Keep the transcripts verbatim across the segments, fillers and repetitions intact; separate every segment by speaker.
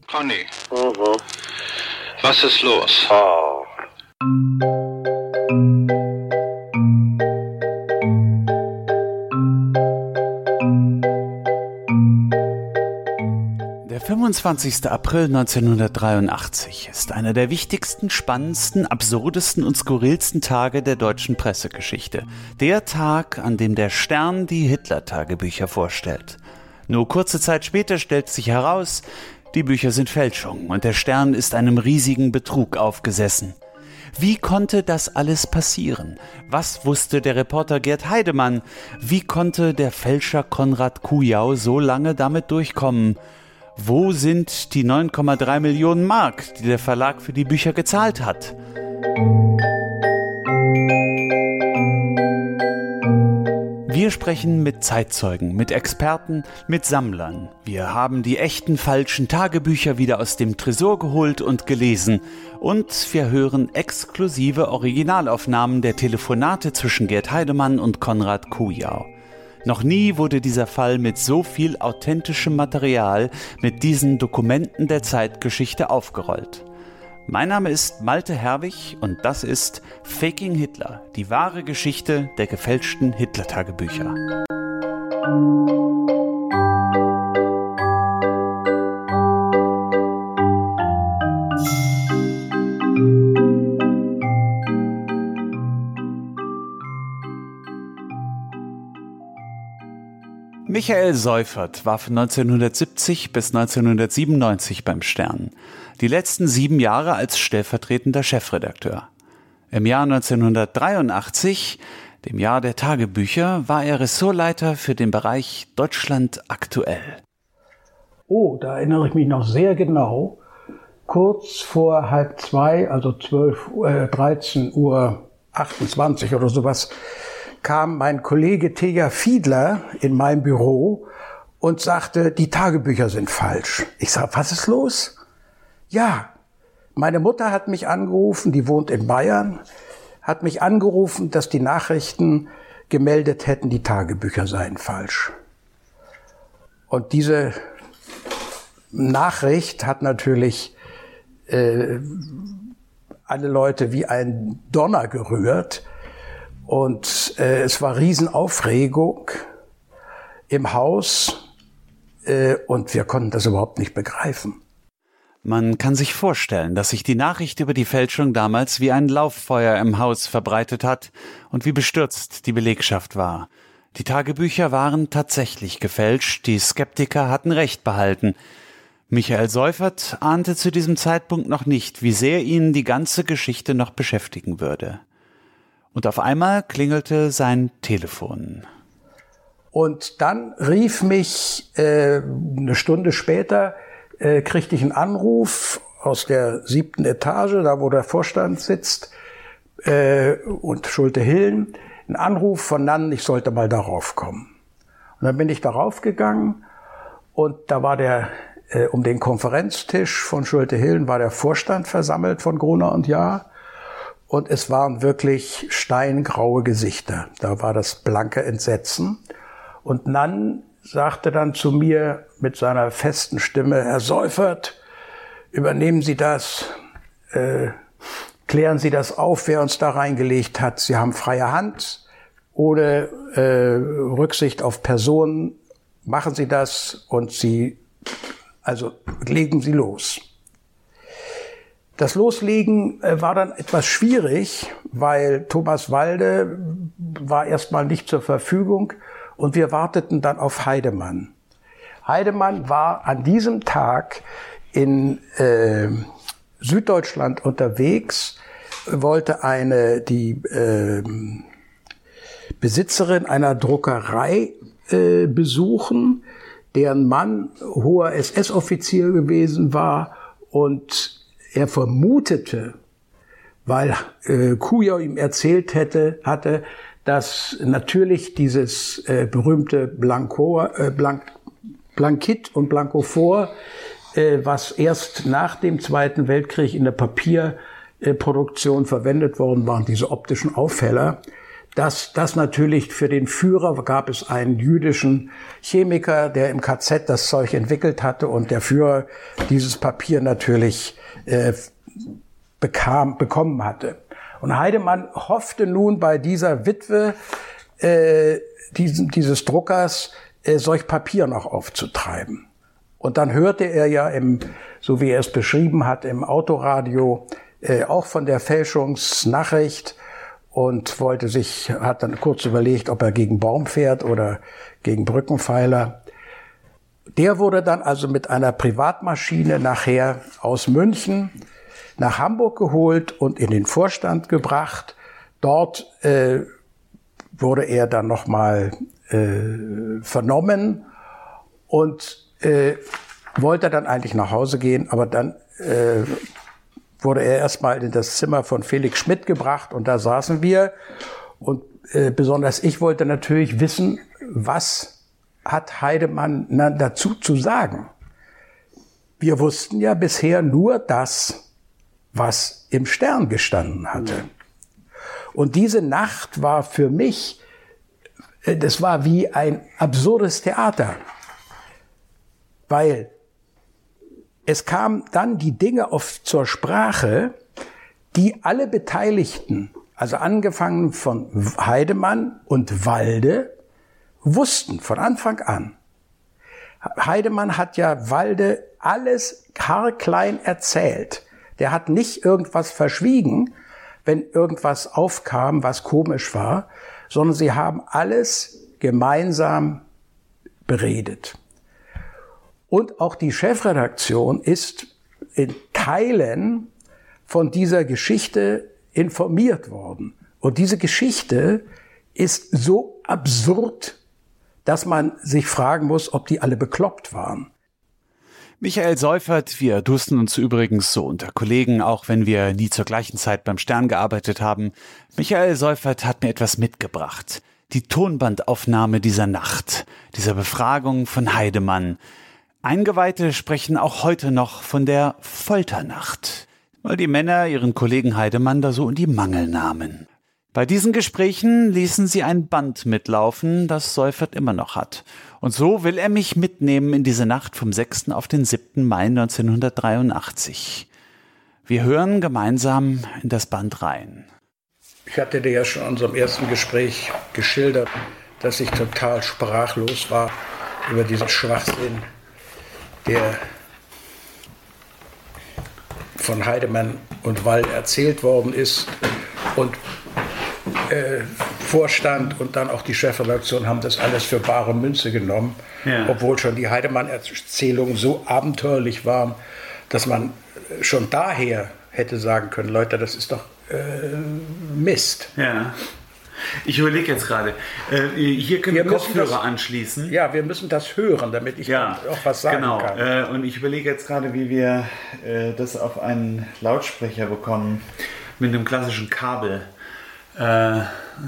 Speaker 1: Conny.
Speaker 2: Mhm.
Speaker 1: Was ist los?
Speaker 2: Oh.
Speaker 3: Der fünfundzwanzigster April neunzehnhundertdreiundachtzig ist einer der wichtigsten, spannendsten, absurdesten und skurrilsten Tage der deutschen Pressegeschichte. Der Tag, an dem der Stern die Hitler-Tagebücher vorstellt. Nur kurze Zeit später stellt sich heraus, die Bücher sind Fälschung und der Stern ist einem riesigen Betrug aufgesessen. Wie konnte das alles passieren? Was wusste der Reporter Gerd Heidemann? Wie konnte der Fälscher Konrad Kujau so lange damit durchkommen? Wo sind die neun Komma drei Millionen Mark, die der Verlag für die Bücher gezahlt hat? Wir sprechen mit Zeitzeugen, mit Experten, mit Sammlern. Wir haben die echten falschen Tagebücher wieder aus dem Tresor geholt und gelesen. Und wir hören exklusive Originalaufnahmen der Telefonate zwischen Gerd Heidemann und Konrad Kujau. Noch nie wurde dieser Fall mit so viel authentischem Material, mit diesen Dokumenten der Zeitgeschichte aufgerollt. Mein Name ist Malte Herwig und das ist Faking Hitler, die wahre Geschichte der gefälschten Hitler-Tagebücher. Michael Seufert war von neunzehnhundertsiebzig bis neunzehnhundertsiebenundneunzig beim Stern. Die letzten sieben Jahre als stellvertretender Chefredakteur. Im Jahr neunzehnhundertdreiundachtzig, dem Jahr der Tagebücher, war er Ressortleiter für den Bereich Deutschland aktuell.
Speaker 4: Oh, da erinnere ich mich noch sehr genau. Kurz vor halb zwei, also zwölf, äh, dreizehn Uhr achtundzwanzig oder sowas, kam mein Kollege Teja Fiedler in mein Büro und sagte, die Tagebücher sind falsch. Ich sage, was ist los? Ja, meine Mutter hat mich angerufen, die wohnt in Bayern, hat mich angerufen, dass die Nachrichten gemeldet hätten, die Tagebücher seien falsch. Und diese Nachricht hat natürlich äh, alle Leute wie ein Donner gerührt. Und äh, es war Riesenaufregung im Haus äh, und wir konnten das überhaupt nicht begreifen.
Speaker 3: Man kann sich vorstellen, dass sich die Nachricht über die Fälschung damals wie ein Lauffeuer im Haus verbreitet hat und wie bestürzt die Belegschaft war. Die Tagebücher waren tatsächlich gefälscht, die Skeptiker hatten Recht behalten. Michael Seufert ahnte zu diesem Zeitpunkt noch nicht, wie sehr ihn die ganze Geschichte noch beschäftigen würde. Und auf einmal klingelte sein Telefon.
Speaker 4: Und dann rief mich äh, eine Stunde später, äh, kriegte ich einen Anruf aus der siebten Etage, da wo der Vorstand sitzt, äh, und Schulte-Hillen, ein Anruf von Nannen, ich sollte mal darauf kommen. Und dann bin ich darauf gegangen und da war der, äh, um den Konferenztisch von Schulte-Hillen war der Vorstand versammelt von Gruner und Jahr. Und es waren wirklich steingraue Gesichter. Da war das blanke Entsetzen. Und Nann sagte dann zu mir mit seiner festen Stimme, Herr Seufert, übernehmen Sie das, äh, klären Sie das auf, wer uns da reingelegt hat. Sie haben freie Hand, ohne äh, Rücksicht auf Personen. Machen Sie das und Sie, also legen Sie los. Das Loslegen war dann etwas schwierig, weil Thomas Walde war erstmal nicht zur Verfügung und wir warteten dann auf Heidemann. Heidemann war an diesem Tag in äh, Süddeutschland unterwegs, wollte eine die äh, Besitzerin einer Druckerei äh, besuchen, deren Mann hoher S S-Offizier gewesen war und er vermutete, weil äh, Kujau ihm erzählt hätte, hatte, dass natürlich dieses äh, berühmte Blanco, äh, Blank, Blankit und Blankophor, äh, was erst nach dem Zweiten Weltkrieg in der Papierproduktion äh, verwendet worden waren, diese optischen Aufheller, dass das natürlich für den Führer gab es einen jüdischen Chemiker, der im K Z das Zeug entwickelt hatte und der Führer dieses Papier natürlich äh, bekam, bekommen hatte. Und Heidemann hoffte nun bei dieser Witwe äh, diesen, dieses Druckers äh, solch Papier noch aufzutreiben. Und dann hörte er ja, im, so wie er es beschrieben hat, im Autoradio äh, auch von der Fälschungsnachricht und wollte sich, hat dann kurz überlegt, ob er gegen Baum fährt oder gegen Brückenpfeiler. Der wurde dann also mit einer Privatmaschine nachher aus München nach Hamburg geholt und in den Vorstand gebracht. Dort äh, wurde er dann nochmal äh, vernommen und äh, wollte dann eigentlich nach Hause gehen, aber dann äh, wurde er erstmal in das Zimmer von Felix Schmidt gebracht und da saßen wir und äh, besonders ich wollte natürlich wissen, was hat Heidemann dazu zu sagen. Wir wussten ja bisher nur das, was im Stern gestanden hatte. Und diese Nacht war für mich, das war wie ein absurdes Theater, weil es kamen dann die Dinge auf zur Sprache, die alle Beteiligten, also angefangen von Heidemann und Walde, wussten von Anfang an. Heidemann hat ja Walde alles haarklein erzählt. Der hat nicht irgendwas verschwiegen, wenn irgendwas aufkam, was komisch war, sondern sie haben alles gemeinsam beredet. Und auch die Chefredaktion ist in Teilen von dieser Geschichte informiert worden. Und diese Geschichte ist so absurd, dass man sich fragen muss, ob die alle bekloppt waren.
Speaker 3: Michael Seufert, wir dusten uns übrigens so unter Kollegen, auch wenn wir nie zur gleichen Zeit beim Stern gearbeitet haben. Michael Seufert hat mir etwas mitgebracht. Die Tonbandaufnahme dieser Nacht, dieser Befragung von Heidemann. Eingeweihte sprechen auch heute noch von der Folternacht, weil die Männer ihren Kollegen Heidemann da so in die Mangel nahmen. Bei diesen Gesprächen ließen sie ein Band mitlaufen, das Seufert immer noch hat. Und so will er mich mitnehmen in diese Nacht vom sechsten auf den siebten Mai neunzehnhundertdreiundachtzig. Wir hören gemeinsam in das Band rein.
Speaker 4: Ich hatte dir ja schon in unserem ersten Gespräch geschildert, dass ich total sprachlos war über diesen Schwachsinn, der von Heidemann und Wall erzählt worden ist. Und äh, Vorstand und dann auch die Chefredaktion haben das alles für bare Münze genommen, ja. Obwohl schon die Heidemann-Erzählungen so abenteuerlich waren, dass man schon daher hätte sagen können, Leute, das ist doch äh, Mist.
Speaker 3: Ja. Ich überlege jetzt gerade, äh, hier können wir Kopfhörer das, anschließen.
Speaker 4: Ja, wir müssen das hören, damit ich ja, auch was sagen
Speaker 3: genau.
Speaker 4: kann.
Speaker 3: Äh, und ich überlege jetzt gerade, wie wir äh, das auf einen Lautsprecher bekommen, mit einem klassischen Kabel. Äh,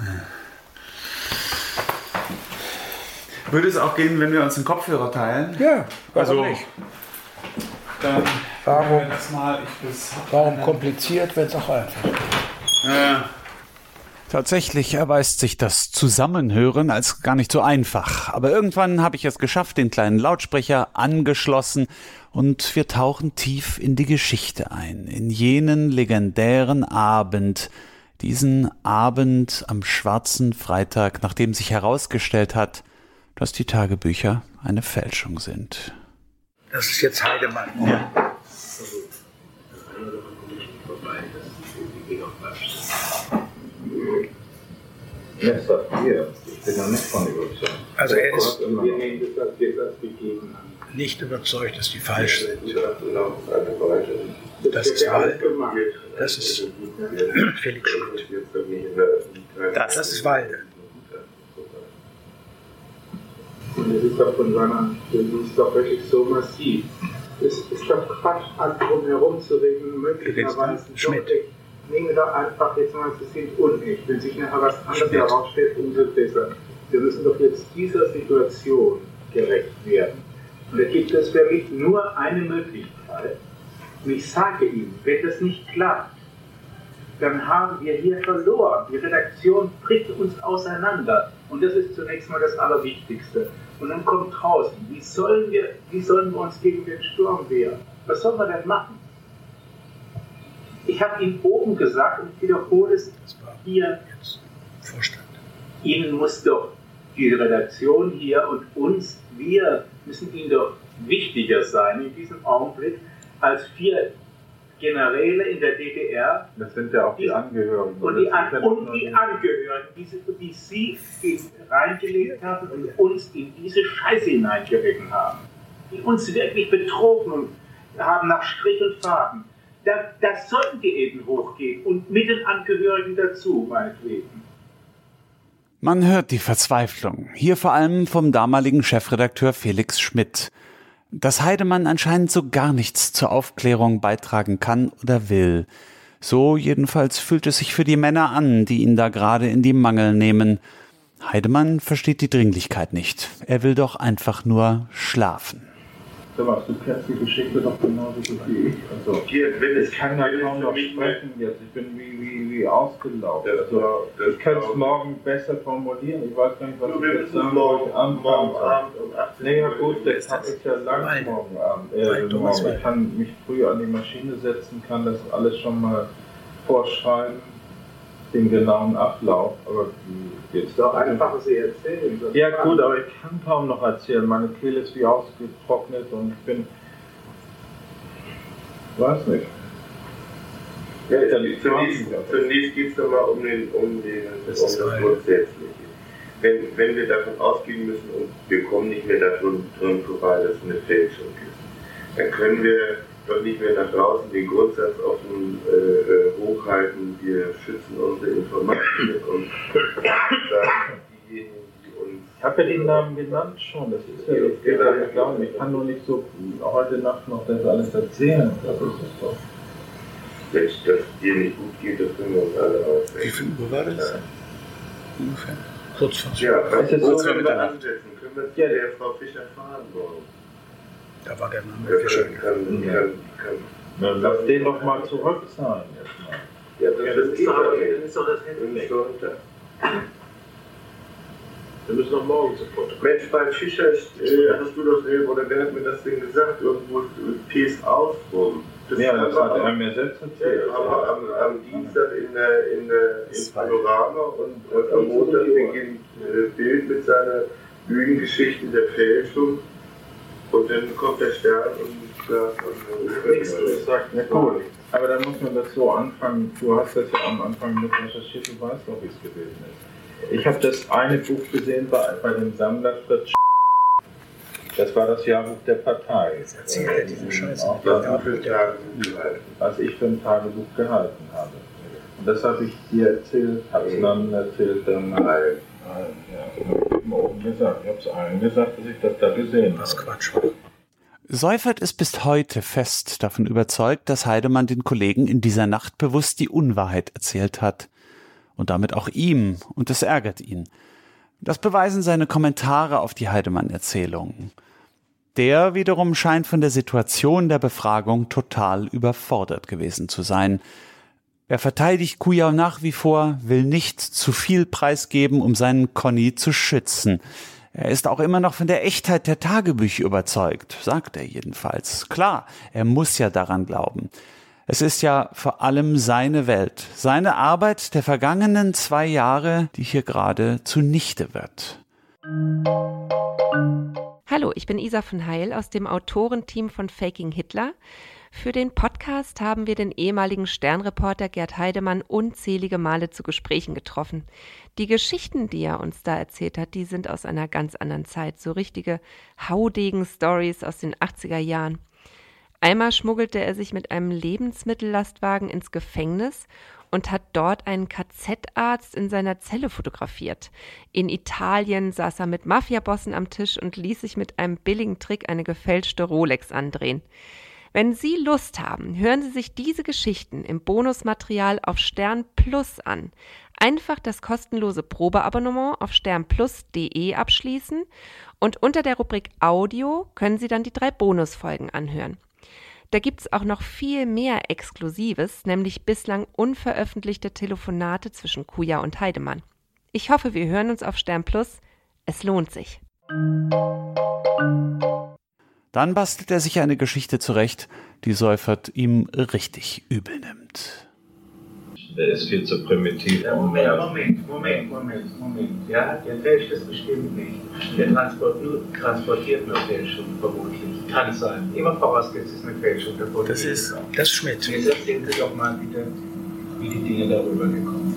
Speaker 3: würde es auch gehen, wenn wir uns einen Kopfhörer teilen?
Speaker 4: Ja, warum
Speaker 3: also,
Speaker 4: nicht?
Speaker 3: Dann
Speaker 4: warum,
Speaker 3: das mal, ich
Speaker 4: warum eine, kompliziert, wenn es auch einfach ist?
Speaker 3: Äh, Tatsächlich erweist sich das Zusammenhören als gar nicht so einfach. Aber irgendwann habe ich es geschafft, den kleinen Lautsprecher angeschlossen und wir tauchen tief in die Geschichte ein, in jenen legendären Abend, diesen Abend am schwarzen Freitag, nachdem sich herausgestellt hat, dass die Tagebücher eine Fälschung sind.
Speaker 4: Das ist jetzt Heidemann.
Speaker 3: Ja.
Speaker 2: Das sagt ihr. Ich bin da nicht von überzeugt.
Speaker 4: Also er ist nicht überzeugt, dass die falsch sind. Das ist Wald. Das ist Felix Schmidt. Das, das ist Walde.
Speaker 2: Und es ist doch von seiner, das ist doch wirklich so massiv. Es ist doch Quatsch, alles drumherum zu reden, möglicherweise.
Speaker 4: Schmidt.
Speaker 2: Nehmen wir doch einfach jetzt mal, es sind unecht. Wenn sich nachher was anderes herausstellt, umso besser. Wir müssen doch jetzt dieser Situation gerecht werden. Und da gibt es für mich nur eine Möglichkeit. Und ich sage Ihnen, wenn das nicht klappt, dann haben wir hier verloren. Die Redaktion bricht uns auseinander. Und das ist zunächst mal das Allerwichtigste. Und dann kommt draußen, wie sollen wir, wie sollen wir uns gegen den Sturm wehren? Was sollen wir denn machen? Ich habe Ihnen oben gesagt, und ich wiederhole es hier,
Speaker 4: Vorstand.
Speaker 2: Ihnen muss doch die Redaktion hier und uns, wir müssen Ihnen doch wichtiger sein in diesem Augenblick als vier Generäle in der D D R.
Speaker 5: Das sind ja auch die, die Angehörigen.
Speaker 2: Und die, An und die Angehörigen, die, die Sie reingelegt haben und uns in diese Scheiße hineingeritten haben. Die uns wirklich betrogen haben nach Strich und Faden. Da, das sollten die eben hochgehen und mit den Angehörigen dazu, meinetwegen.
Speaker 3: Man hört die Verzweiflung, hier vor allem vom damaligen Chefredakteur Felix Schmidt. Dass Heidemann anscheinend so gar nichts zur Aufklärung beitragen kann oder will. So jedenfalls fühlt es sich für die Männer an, die ihn da gerade in die Mangel nehmen. Heidemann versteht die Dringlichkeit nicht. Er will doch einfach nur schlafen.
Speaker 5: Sag mal, du kennst die Geschichte doch genauso gut wie ich. Also,
Speaker 6: Hier, wenn es
Speaker 5: ich kann ja kaum noch sprechen jetzt. Ich bin wie, wie, wie ausgelaufen. Also, ich kann es morgen besser formulieren. Ich weiß gar nicht, was
Speaker 6: du,
Speaker 5: ich jetzt sagen wollte. Morgen Abend um achtzehn Uhr. Nee, ja gut, das habe ich ja lang morgen Abend. Äh, morgen. Ich kann mich früh an die Maschine setzen, kann das alles schon mal vorschreiben, den genauen Ablauf. Aber
Speaker 2: jetzt doch einfach Sie erzählen.
Speaker 5: Ja gut, aber ich kann kaum noch erzählen. Meine Kehle ist wie ausgetrocknet und ich bin... weiß nicht.
Speaker 6: Ja, zunächst, zunächst geht es doch mal um, den, um, den, um das, das Grundsätzliche. Wenn, wenn wir davon ausgehen müssen und wir kommen nicht mehr davon drin vorbei, dass es eine Fälschung ist, dann können wir doch nicht mehr nach draußen den Grundsatz offen äh, hochhalten, wir schützen unsere Informationen und sagen, diejenigen, die uns...
Speaker 5: Ich habe ja den Namen genannt schon, das ist ja jetzt genau erstaunlich. Ich kann nur nicht so heute Nacht noch das alles erzählen. Das ist es doch.
Speaker 6: Wenn es dir nicht gut geht, das können wir uns alle auswählen.
Speaker 4: Wie viel Uhr war das? Ja. Ungefähr. Kurz vor
Speaker 6: Ja, was
Speaker 5: ist
Speaker 6: wo
Speaker 5: so
Speaker 6: können wir ansetzen? Können wir ja der Frau Fischer fahren wollen?
Speaker 4: Da war der Name
Speaker 6: ja,
Speaker 4: Fischer.
Speaker 6: Kann, kann,
Speaker 5: ja.
Speaker 6: kann, kann.
Speaker 5: Na, lass den doch mal zurückzahlen erstmal.
Speaker 6: Ja, das,
Speaker 2: ja,
Speaker 6: das,
Speaker 2: das
Speaker 6: ist, doch,
Speaker 2: das ist doch das Handy. Wir müssen noch morgen sofort.
Speaker 6: Mensch, bei Fischer ist, äh, hast du das eben, oder wer hat mir das denn gesagt? Irgendwo Ps aus rum.
Speaker 5: Das ja, das hat er mir selbst erzählt.
Speaker 6: Ja, aber am, am Dienstag in der, in der in Panorama und, und am Montag beginnt äh, Bild mit seiner Lügengeschichte der Fälschung. Und dann kommt der Stern und sagt,
Speaker 5: und sagt, ja cool. Aber dann muss man das so anfangen, du hast das ja am Anfang mit recherchiert, du weißt doch, wie es gewesen ist. Ich habe das eine Buch gesehen bei, bei dem Sammler Fritz. Das war das Jahrbuch der Partei.
Speaker 4: Jetzt erzählt er diese Scheiße.
Speaker 5: Auch das ja, für ein Tagebuch gehalten, was ich für ein Tagebuch gehalten habe. Und das habe ich dir erzählt, habe es dann erzählt, dann allen. Ja, ich habe oben gesagt, ich habe es allen gesagt, dass ich das da gesehen habe.
Speaker 4: Das ist Quatsch.
Speaker 3: Seufert ist bis heute fest davon überzeugt, dass Heidemann den Kollegen in dieser Nacht bewusst die Unwahrheit erzählt hat. Und damit auch ihm, und das ärgert ihn. Das beweisen seine Kommentare auf die Heidemann-Erzählung. Der wiederum scheint von der Situation der Befragung total überfordert gewesen zu sein. Er verteidigt Kujau nach wie vor, will nicht zu viel preisgeben, um seinen Conny zu schützen. Er ist auch immer noch von der Echtheit der Tagebücher überzeugt, sagt er jedenfalls. Klar, er muss ja daran glauben. Es ist ja vor allem seine Welt, seine Arbeit der vergangenen zwei Jahre, die hier gerade zunichte wird.
Speaker 7: Hallo, ich bin Isa von Heil aus dem Autorenteam von Faking Hitler. Für den Podcast haben wir den ehemaligen Sternreporter Gerd Heidemann unzählige Male zu Gesprächen getroffen. Die Geschichten, die er uns da erzählt hat, die sind aus einer ganz anderen Zeit, so richtige Haudegen-Stories aus den achtziger Jahren. Einmal schmuggelte er sich mit einem Lebensmittellastwagen ins Gefängnis und hat dort einen K Z-Arzt in seiner Zelle fotografiert. In Italien saß er mit Mafiabossen am Tisch und ließ sich mit einem billigen Trick eine gefälschte Rolex andrehen. Wenn Sie Lust haben, hören Sie sich diese Geschichten im Bonusmaterial auf Stern Plus an. Einfach das kostenlose Probeabonnement auf sternplus punkt de abschließen und unter der Rubrik Audio können Sie dann die drei Bonusfolgen anhören. Da gibt es auch noch viel mehr Exklusives, nämlich bislang unveröffentlichte Telefonate zwischen Kuja und Heidemann. Ich hoffe, wir hören uns auf Stern Plus. Es lohnt sich.
Speaker 3: Dann bastelt er sich eine Geschichte zurecht, die Seufert ihm richtig übel nimmt.
Speaker 5: Der ist viel zu primitiv.
Speaker 2: Ja, Moment, Moment, Moment, Moment, Moment. Ja, der fälscht es bestimmt nicht. Der transport nur, transportiert nur Fälschung, vermutlich. Kann sein. Immer vorausgesetzt, es ist eine Fälschung.
Speaker 4: Das ist das Schmidt.
Speaker 2: Jetzt erzählen Sie doch mal bitte, wie die Dinge darüber gekommen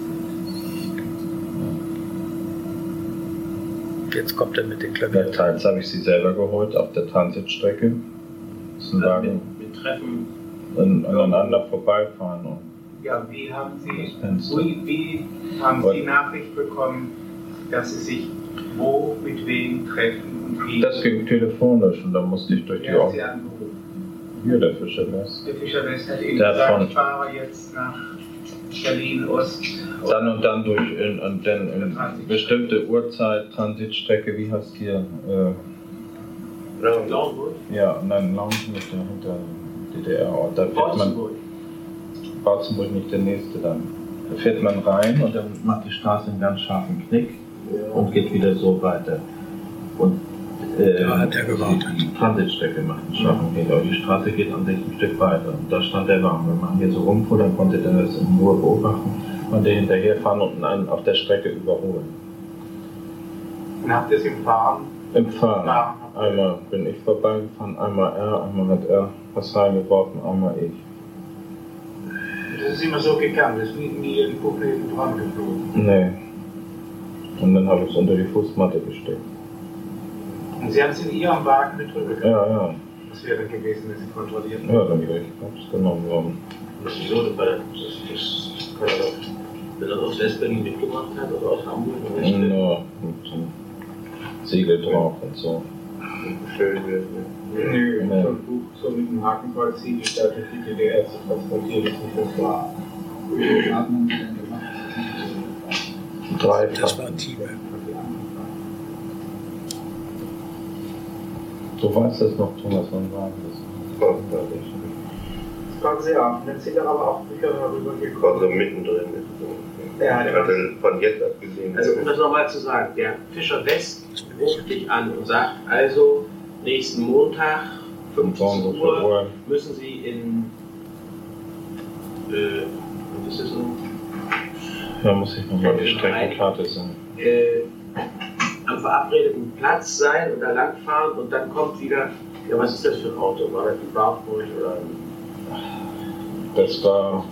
Speaker 2: sind.
Speaker 4: Jetzt kommt er mit den Klavier.
Speaker 5: Ja, teils habe ich sie selber geholt auf der Transitstrecke. Das ist ein Wagen.
Speaker 2: Wir treffen
Speaker 5: an, aneinander vorbeifahren. Und
Speaker 2: ja, wie haben Sie, wie, wie haben Sie Nachricht bekommen, dass Sie sich wo, mit wem treffen und wie?
Speaker 5: Das ging telefonisch und da musste ich durch die
Speaker 2: Augen.
Speaker 5: Hier, der Fischer West.
Speaker 2: Der Fischer West hat eben gesagt, ich fahre jetzt nach Berlin Ost.
Speaker 5: Dann und dann durch in, und dann in bestimmte Uhrzeit, Transitstrecke, wie heißt hier? Äh,
Speaker 2: Lauenburg?
Speaker 5: Ja, nein, Lauenburg hinter D D R. Und da fährt man. Bautzenburg nicht der nächste dann. Da fährt man rein und dann macht die Straße einen ganz scharfen Knick und geht wieder so weiter. Und äh,
Speaker 4: da hat er gewartet.
Speaker 5: Die Transitstrecke macht einen scharfen Knick, aber die Straße geht an sich ein Stück weiter. Und da stand der Wagen. Wenn man hier so rumfuhr, dann konnte der das in Ruhe beobachten, konnte hinterherfahren und einen auf der Strecke überholen.
Speaker 2: Und habt ihr es im Fahren?
Speaker 5: Im Fahren. Ja. Einmal bin ich vorbeigefahren, einmal er, einmal hat er was reingeworfen, einmal ich.
Speaker 2: Das ist immer so gegangen, das ist nie, nie irgendwo neben dran geflogen.
Speaker 5: Nee. Und dann habe ich es unter die Fußmatte gesteckt.
Speaker 2: Und Sie haben es in Ihrem Wagen mit drüber gehabt?
Speaker 5: Ja, ja.
Speaker 2: Was wäre gewesen, wenn Sie kontrollierten?
Speaker 5: Ja, dann wäre ich Platz genommen worden.
Speaker 8: Das ist so, das, das kann er doch, wenn er aus Westberlin mitgebracht hat oder aus Hamburg oder nicht?
Speaker 5: Ja, mit so einem Siegel drauf und so.
Speaker 6: Schön wird, ne?
Speaker 2: Nö, so ein Buch, so mit einem Hakenkreuz, die Stadt durch die D D R zu transportieren, ist nicht das war. Was haben Sie denn gemacht?
Speaker 5: Drei.
Speaker 4: Das war ein Team.
Speaker 5: Du weißt das noch, Thomas, wann war das?
Speaker 2: Das konnten Sie auch. Dann sind dann aber auch Bücher darüber gekommen.
Speaker 6: Also mittendrin ist so.
Speaker 2: Ja, der
Speaker 6: also von jetzt abgesehen.
Speaker 8: Also um das nochmal zu sagen, der Fischer West ruft dich an und sagt, also nächsten Montag, fünfzehn Uhr, müssen Sie in, äh, was ist das so?
Speaker 5: Da muss ich nochmal die Streckenkarte sein.
Speaker 8: Äh, am verabredeten Platz sein und da langfahren und dann kommt wieder, ja, was ist das für ein Auto? War das ein Wartburg oder ein...
Speaker 5: Das war...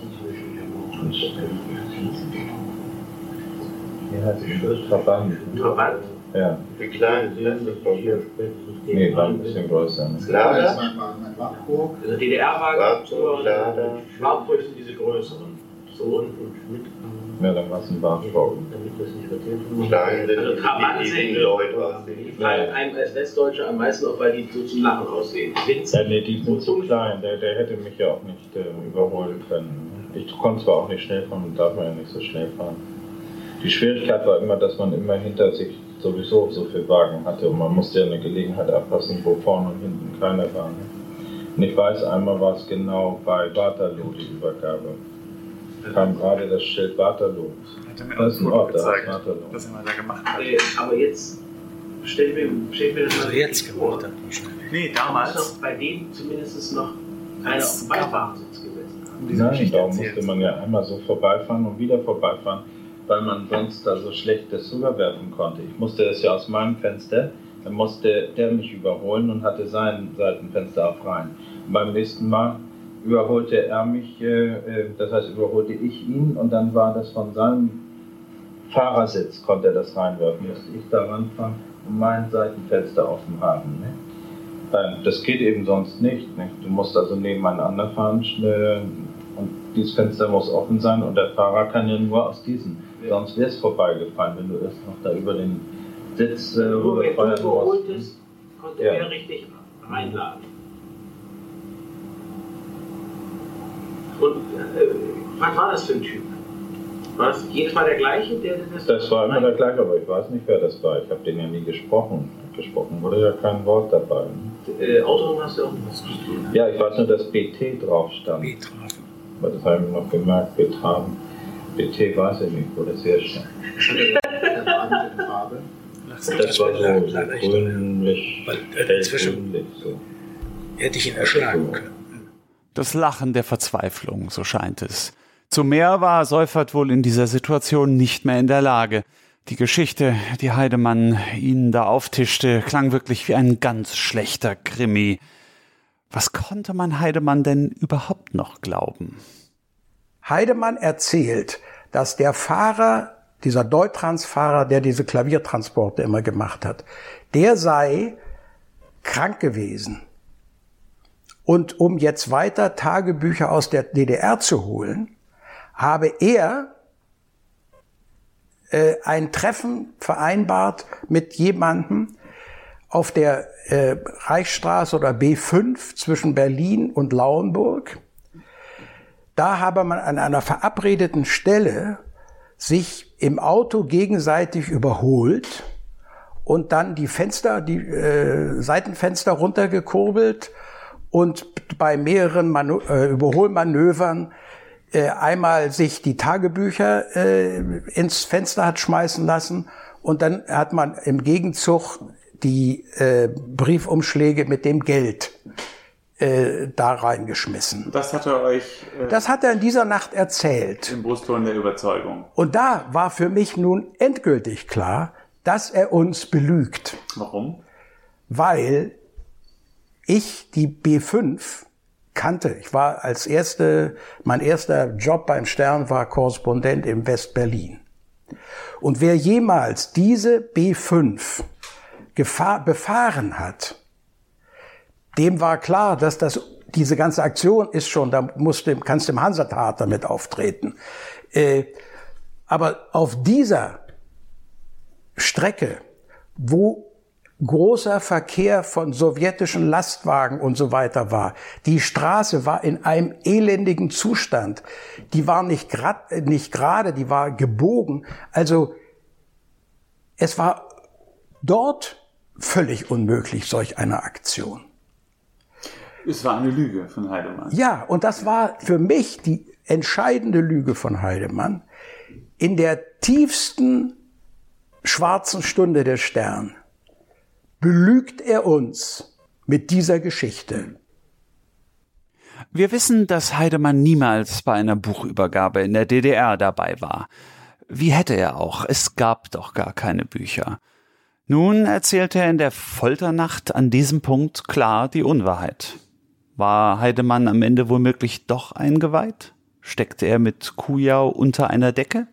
Speaker 5: Wie heißt das? Trabant.
Speaker 8: Trabant?
Speaker 5: Ja.
Speaker 6: Wie klein ist das?
Speaker 5: Nee, war ein bisschen größer. Ne?
Speaker 6: Lader?
Speaker 8: Also D D R-Wagen, Wartburg sind diese größeren. So und, und mit...
Speaker 5: Ja, dann war es ein Wartburg.
Speaker 6: Klein sind
Speaker 8: also Trabant
Speaker 6: die, die, die
Speaker 8: sind
Speaker 6: Leute aussehen.
Speaker 8: Die fallen einem als Westdeutsche am meisten auf, weil die so zum Lachen aussehen.
Speaker 5: Ja, nee, die sind zu klein. Der, der hätte mich ja auch nicht äh, überholen können. Ich konnte zwar auch nicht schnell fahren, darf man ja nicht so schnell fahren. Die Schwierigkeit war immer, dass man immer hinter sich sowieso so viel Wagen hatte und man musste ja eine Gelegenheit abpassen, wo vorne und hinten keiner war. Ne? Und ich weiß, einmal war es genau bei Waterloo die Übergabe. Kam gerade das Schild Waterloo. Das ist ein Ort, da ist Waterloo.
Speaker 3: Was er da gemacht hat.
Speaker 8: Äh, aber jetzt stell mir, stell mir das mal
Speaker 4: Also jetzt
Speaker 8: vor.
Speaker 4: gemacht hat wahrscheinlich.
Speaker 3: Nee,
Speaker 8: Da muss
Speaker 3: damals.
Speaker 8: doch bei dem zumindest noch einer auf dem Beifahrersitz gesessen haben.
Speaker 3: Diese
Speaker 5: Nein,
Speaker 3: Geschichte
Speaker 5: da
Speaker 3: erzählt.
Speaker 5: musste man ja einmal so vorbeifahren und wieder vorbeifahren, weil man sonst da so schlecht das rüberwerfen konnte. Ich musste das ja aus meinem Fenster, dann musste der mich überholen und hatte sein Seitenfenster auch rein. Und beim nächsten Mal überholte er mich, äh, das heißt überholte ich ihn und dann war das von seinem Fahrersitz, konnte er das reinwerfen, musste ich da ranfahren und mein Seitenfenster offen haben. Ne? Das geht eben sonst nicht. Ne? Du musst also nebeneinander fahren äh, und dieses Fenster muss offen sein und der Fahrer kann ja nur aus diesem. Ja. Sonst wäre es vorbeigefallen, wenn du erst noch da über den Sitz äh, rüberfeuern
Speaker 8: musst. Überholt
Speaker 5: musst.
Speaker 8: ist, konnte
Speaker 5: Ja.
Speaker 8: er richtig reinladen. Und äh, was war das für ein Typ? War es jedes Mal der gleiche, der das...
Speaker 5: Das war immer der gleiche, aber ich weiß nicht, wer das war. Ich habe den ja nie gesprochen. Gesprochen wurde ja kein Wort dabei.
Speaker 8: Äh, Autoren hast du auch was gespielt?
Speaker 5: Ja, ich weiß nur, dass B T drauf stand.
Speaker 4: Betrafen.
Speaker 5: Aber das habe ich noch gemerkt, Betrafen. B T weiß ich nicht, wo das herstand.
Speaker 9: Der Abend in Farbe.
Speaker 5: Das war so, so grünlich, hellgrünlich. So.
Speaker 4: Hätte ich ihn erschlagen können.
Speaker 3: Das Lachen der Verzweiflung, so scheint es. Zu mehr war Seuffert wohl in dieser Situation nicht mehr in der Lage. Die Geschichte, die Heidemann ihnen da auftischte, klang wirklich wie ein ganz schlechter Krimi. Was konnte man Heidemann denn überhaupt noch glauben?
Speaker 4: Heidemann erzählt, dass der Fahrer, dieser Deutrans-Fahrer, der diese Klaviertransporte immer gemacht hat, der sei krank gewesen. Und um jetzt weiter Tagebücher aus der D D R zu holen, habe er äh, ein Treffen vereinbart mit jemandem auf der äh, Reichsstraße oder B fünf zwischen Berlin und Lauenburg. Da habe man an einer verabredeten Stelle sich im Auto gegenseitig überholt und dann die Fenster, die äh, Seitenfenster runtergekurbelt und bei mehreren Manu- äh, Überholmanövern äh, einmal sich die Tagebücher äh, ins Fenster hat schmeißen lassen und dann hat man im Gegenzug die äh, Briefumschläge mit dem Geld äh, da reingeschmissen.
Speaker 3: Das hat er euch
Speaker 4: äh, das hat er in dieser Nacht erzählt.
Speaker 3: Im Brustton der Überzeugung.
Speaker 4: Und da war für mich nun endgültig klar, dass er uns belügt.
Speaker 3: Warum?
Speaker 4: Weil ich die B fünf kannte. Ich war als erste, mein erster Job beim Stern war Korrespondent in West-Berlin. Und wer jemals diese B fünf gefahr, befahren hat, dem war klar, dass das, diese ganze Aktion ist schon, da musst du, kannst du im Hansa-Theater mit auftreten. Äh, aber auf dieser Strecke, wo großer Verkehr von sowjetischen Lastwagen und so weiter war. Die Straße war in einem elendigen Zustand. Die war nicht grad, nicht gerade, die war gebogen. Also es war dort völlig unmöglich, solch eine Aktion.
Speaker 3: Es war eine Lüge von Heidemann.
Speaker 4: Ja, und das war für mich die entscheidende Lüge von Heidemann. In der tiefsten schwarzen Stunde der Stern belügt er uns mit dieser Geschichte.
Speaker 3: Wir wissen, dass Heidemann niemals bei einer Buchübergabe in der D D R dabei war. Wie hätte er auch? Es gab doch gar keine Bücher. Nun erzählt er in der Folternacht an diesem Punkt klar die Unwahrheit. War Heidemann am Ende womöglich doch eingeweiht? Steckte er mit Kujau unter einer Decke?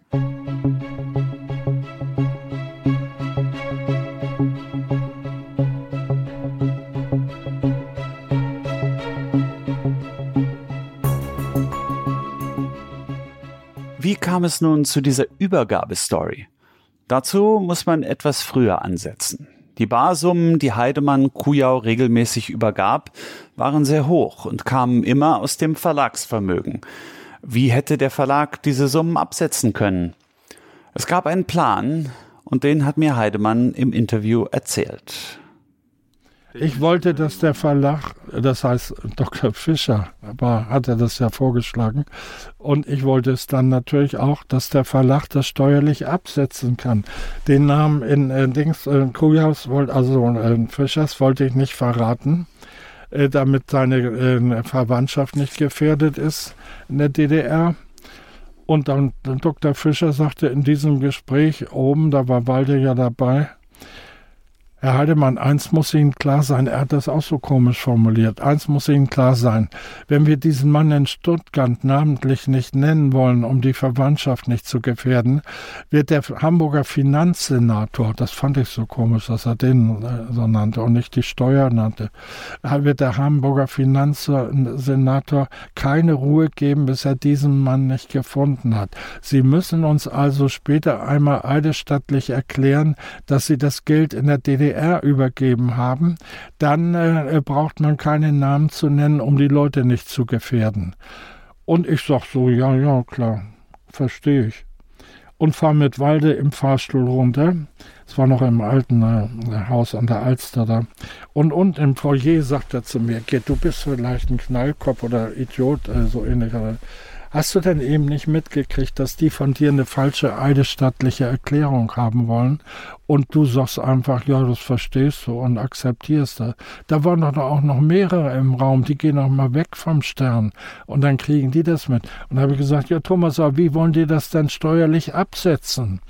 Speaker 3: Wie kam es nun zu dieser Übergabestory? Dazu muss man etwas früher ansetzen. Die Barsummen, die Heidemann Kujau regelmäßig übergab, waren sehr hoch und kamen immer aus dem Verlagsvermögen. Wie hätte der Verlag diese Summen absetzen können? Es gab einen Plan und den hat mir Heidemann im Interview erzählt.
Speaker 10: Ich wollte, dass der Verlag, das heißt Doktor Fischer, aber hat er das ja vorgeschlagen, und ich wollte es dann natürlich auch, dass der Verlag das steuerlich absetzen kann. Den Namen in äh, Dings äh, Kujaus, also äh, Fischers, wollte ich nicht verraten, äh, damit seine äh, Verwandtschaft nicht gefährdet ist in der D D R. Und dann Doktor Fischer sagte in diesem Gespräch oben, da war Walde ja dabei, Herr Heidemann, eins muss Ihnen klar sein, er hat das auch so komisch formuliert, eins muss Ihnen klar sein, wenn wir diesen Mann in Stuttgart namentlich nicht nennen wollen, um die Verwandtschaft nicht zu gefährden, wird der Hamburger Finanzsenator, das fand ich so komisch, dass er den äh, so nannte und nicht die Steuer nannte, wird der Hamburger Finanzsenator keine Ruhe geben, bis er diesen Mann nicht gefunden hat. Sie müssen uns also später einmal eidesstattlich erklären, dass Sie das Geld in der D D R übergeben haben, dann äh, braucht man keinen Namen zu nennen, um die Leute nicht zu gefährden. Und ich sag so, ja, ja, klar, verstehe ich. und fahre mit Walde im Fahrstuhl runter. Es war noch im alten äh, Haus an der Alster da. Und unten im Foyer sagt er zu mir, Gerd, du bist vielleicht ein Knallkopf oder Idiot, äh, so ähnlich. Hast du denn eben nicht mitgekriegt, dass die von dir eine falsche eidesstattliche Erklärung haben wollen und du sagst einfach, ja, das verstehst du und akzeptierst das. Da waren doch auch noch mehrere im Raum, die gehen auch mal weg vom Stern und dann kriegen die das mit. Und da habe ich gesagt, ja Thomas, aber wie wollen die das denn steuerlich absetzen?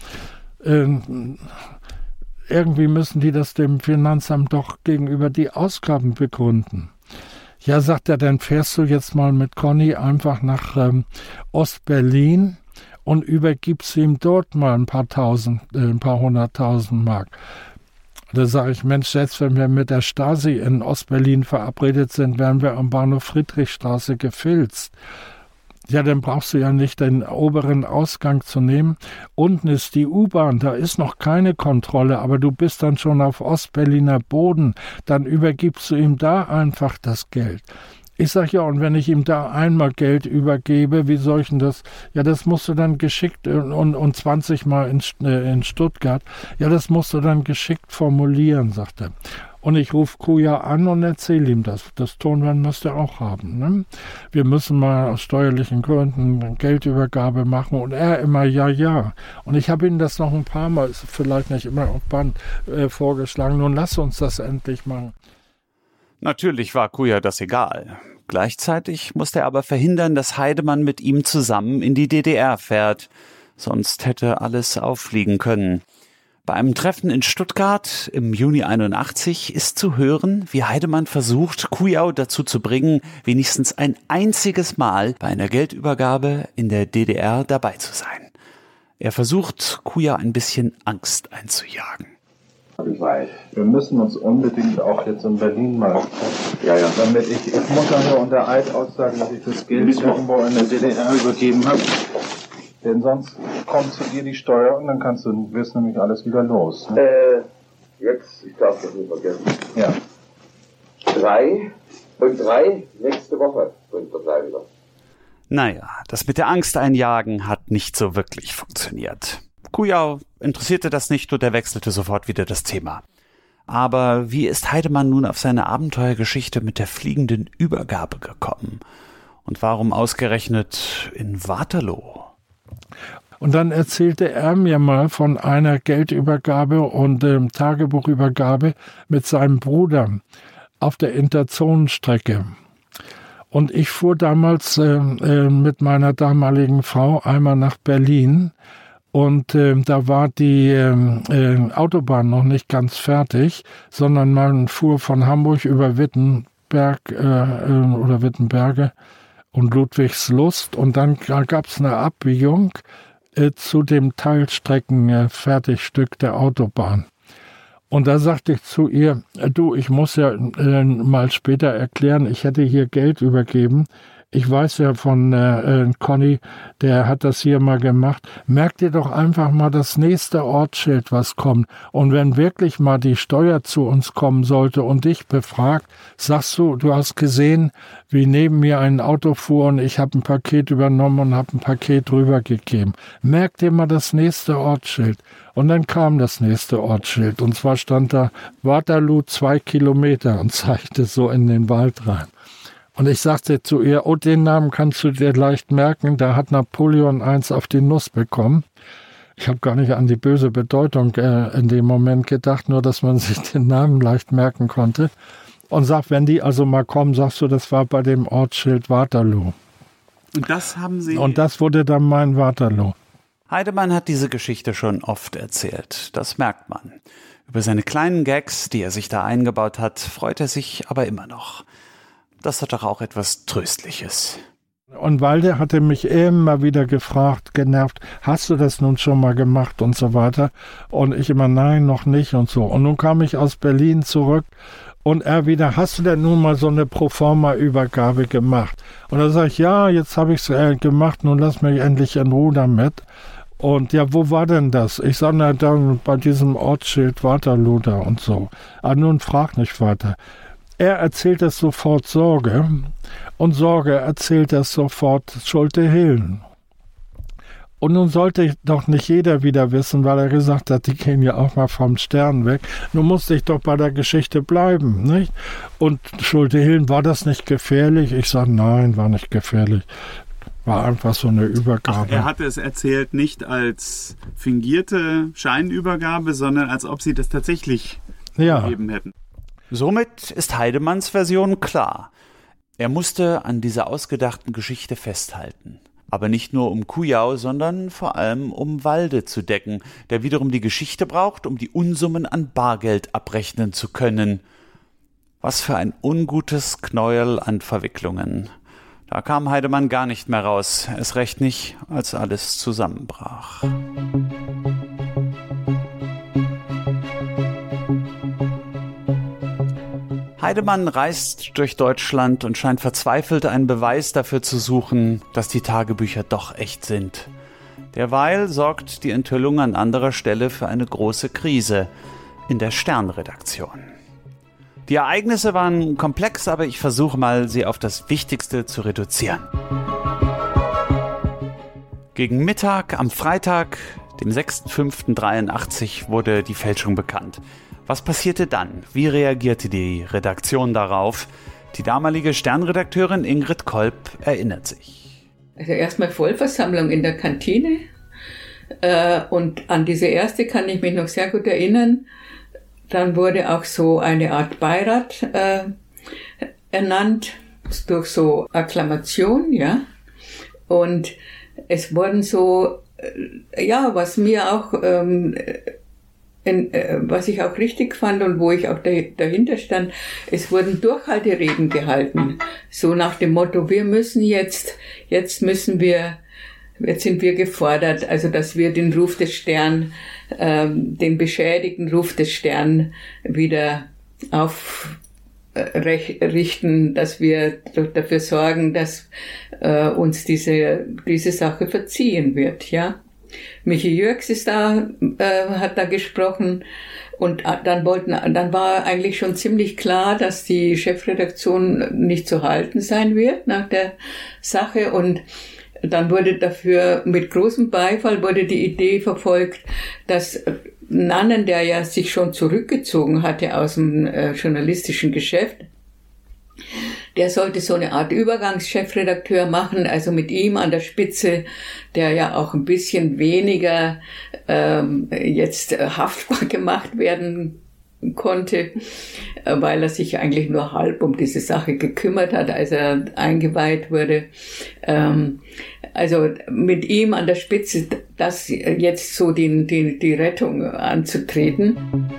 Speaker 10: Ähm, irgendwie müssen die das dem Finanzamt doch gegenüber die Ausgaben begründen. Ja, sagt er, dann fährst du jetzt mal mit Conny einfach nach ähm, Ostberlin und übergibst ihm dort mal ein paar tausend, äh, ein paar hunderttausend Mark. Da sage ich, Mensch, selbst wenn wir mit der Stasi in Ostberlin verabredet sind, werden wir am Bahnhof Friedrichstraße gefilzt. Ja, dann brauchst du ja nicht den oberen Ausgang zu nehmen. Unten ist die U-Bahn, da ist noch keine Kontrolle, aber du bist dann schon auf Ostberliner Boden. Dann übergibst du ihm da einfach das Geld. Ich sage, ja, und wenn ich ihm da einmal Geld übergebe, wie soll ich denn das? Ja, das musst du dann geschickt, und, und zwanzig Mal in, in Stuttgart, ja, das musst du dann geschickt formulieren, sagt er. Und ich rufe Kuja an und erzähle ihm das. Das Tonband müsst ihr auch haben. Ne? Wir müssen mal aus steuerlichen Gründen eine Geldübergabe machen. Und er immer, ja, ja. Und ich habe ihm das noch ein paar Mal, ist vielleicht nicht immer auf Band, äh, vorgeschlagen. Nun lass uns das endlich machen.
Speaker 3: Natürlich war Kuja das egal. Gleichzeitig musste er aber verhindern, dass Heidemann mit ihm zusammen in die D D R fährt. Sonst hätte alles auffliegen können. Bei einem Treffen in Stuttgart im Juni einundachtzig ist zu hören, wie Heidemann versucht, Kujau dazu zu bringen, wenigstens ein einziges Mal bei einer Geldübergabe in der D D R dabei zu sein. Er versucht, Kujau ein bisschen Angst einzujagen.
Speaker 5: Wir müssen uns unbedingt auch jetzt in Berlin mal ja, ja. Damit ich, ich muss nachher unter Eid aussagen, dass ich das Geld irgendwo in der D D R übergeben habe. Denn sonst kommt zu dir die Steuer und dann kannst du, wirst nämlich alles wieder los. Ne?
Speaker 6: Äh, jetzt, ich darf das nicht vergessen.
Speaker 5: Ja.
Speaker 6: Drei und drei nächste Woche bringt das gleich wieder.
Speaker 3: Naja, das mit der Angst einjagen hat nicht so wirklich funktioniert. Kujau interessierte das nicht und er wechselte sofort wieder das Thema. Aber wie ist Heidemann nun auf seine Abenteuergeschichte mit der fliegenden Übergabe gekommen? Und warum ausgerechnet in Waterloo?
Speaker 10: Und dann erzählte er mir mal von einer Geldübergabe und ähm, Tagebuchübergabe mit seinem Bruder auf der Interzonenstrecke. Und ich fuhr damals äh, äh, mit meiner damaligen Frau einmal nach Berlin und äh, da war die äh, äh, Autobahn noch nicht ganz fertig, sondern man fuhr von Hamburg über Wittenberg äh, äh, oder Wittenberge und Ludwigslust und dann gab es eine Abbiegung äh, zu dem Teilstrecken-Fertigstück äh, der Autobahn. Und da sagte ich zu ihr, äh, du, ich muss ja äh, mal später erklären, ich hätte hier Geld übergeben. Ich weiß ja von äh, äh, Conny, der hat das hier mal gemacht. Merk dir doch einfach mal das nächste Ortsschild, was kommt. Und wenn wirklich mal die Steuer zu uns kommen sollte und dich befragt, sagst du, du hast gesehen, wie neben mir ein Auto fuhr und ich habe ein Paket übernommen und habe ein Paket rübergegeben. Merk dir mal das nächste Ortsschild. Und dann kam das nächste Ortsschild. Und zwar stand da Waterloo zwei Kilometer und zeigte so in den Wald rein. Und ich sagte zu ihr, oh, den Namen kannst du dir leicht merken, da hat Napoleon eins auf die Nuss bekommen. Ich habe gar nicht an die böse Bedeutung äh, in dem Moment gedacht, nur dass man sich den Namen leicht merken konnte. Und sagt, wenn die also mal kommen, sagst du, das war bei dem Ortsschild Waterloo.
Speaker 3: Und das haben Sie...
Speaker 10: Und das wurde dann mein Waterloo.
Speaker 3: Heidemann hat diese Geschichte schon oft erzählt, das merkt man. Über seine kleinen Gags, die er sich da eingebaut hat, freut er sich aber immer noch. Das hat doch auch etwas Tröstliches.
Speaker 10: Und Walde hatte mich immer wieder gefragt, genervt, hast du das nun schon mal gemacht und so weiter. Und ich immer, nein, noch nicht und so. Und nun kam ich aus Berlin zurück und er wieder, hast du denn nun mal so eine Proforma-Übergabe gemacht? Und da sage ich, ja, jetzt habe ich es äh, gemacht, nun lass mich endlich in Ruhe damit. Und ja, wo war denn das? Ich sage, na, da bei diesem Ortsschild Waterloo da und so. Aber nun frag nicht weiter. Er erzählt es sofort Sorge und Sorge erzählt es sofort Schulte-Hillen. Und nun sollte doch nicht jeder wieder wissen, weil er gesagt hat, die gehen ja auch mal vom Stern weg. Nun musste ich doch bei der Geschichte bleiben, nicht? Und Schulte-Hillen, war das nicht gefährlich? Ich sage, nein, war nicht gefährlich. War einfach so eine Übergabe.
Speaker 3: Ach, er hatte es erzählt nicht als fingierte Scheinübergabe, sondern als ob sie das tatsächlich
Speaker 10: ja.
Speaker 3: gegeben hätten. Somit ist Heidemanns Version klar. Er musste an dieser ausgedachten Geschichte festhalten. Aber nicht nur um Kujau, sondern vor allem um Walde zu decken, der wiederum die Geschichte braucht, um die Unsummen an Bargeld abrechnen zu können. Was für ein ungutes Knäuel an Verwicklungen. Da kam Heidemann gar nicht mehr raus, erst recht nicht, als alles zusammenbrach. Heidemann reist durch Deutschland und scheint verzweifelt einen Beweis dafür zu suchen, dass die Tagebücher doch echt sind. Derweil sorgt die Enthüllung an anderer Stelle für eine große Krise in der Stern-Redaktion. Die Ereignisse waren komplex, aber ich versuche mal, sie auf das Wichtigste zu reduzieren. Gegen Mittag am Freitag, dem sechster fünfter dreiundachtzig, wurde die Fälschung bekannt. Was passierte dann? Wie reagierte die Redaktion darauf? Die damalige Sternredakteurin Ingrid Kolb erinnert sich.
Speaker 11: Also erstmal Vollversammlung in der Kantine. Äh, und an diese erste kann ich mich noch sehr gut erinnern. Dann wurde auch so eine Art Beirat äh, ernannt, durch so Akklamation, ja. Und es wurden so, äh, ja, was mir auch... Ähm, In, äh, was ich auch richtig fand und wo ich auch dahinter stand, es wurden Durchhaltereden gehalten. So nach dem Motto, wir müssen jetzt, jetzt müssen wir, jetzt sind wir gefordert, also dass wir den Ruf des Stern, ähm, den beschädigten Ruf des Stern wieder aufrichten, dass wir dafür sorgen, dass äh, uns diese, diese Sache verziehen wird, ja. Michi Jürgs ist da, äh, hat da gesprochen und dann wollten, dann war eigentlich schon ziemlich klar, dass die Chefredaktion nicht zu halten sein wird nach der Sache und dann wurde dafür mit großem Beifall wurde die Idee verfolgt, dass Nannen, der ja sich schon zurückgezogen hatte aus dem äh, journalistischen Geschäft, der sollte so eine Art Übergangschefredakteur machen, also mit ihm an der Spitze, der ja auch ein bisschen weniger ähm, jetzt haftbar gemacht werden konnte, weil er sich eigentlich nur halb um diese Sache gekümmert hat, als er eingeweiht wurde. Ähm, also mit ihm an der Spitze, das jetzt so die, die, die Rettung anzutreten.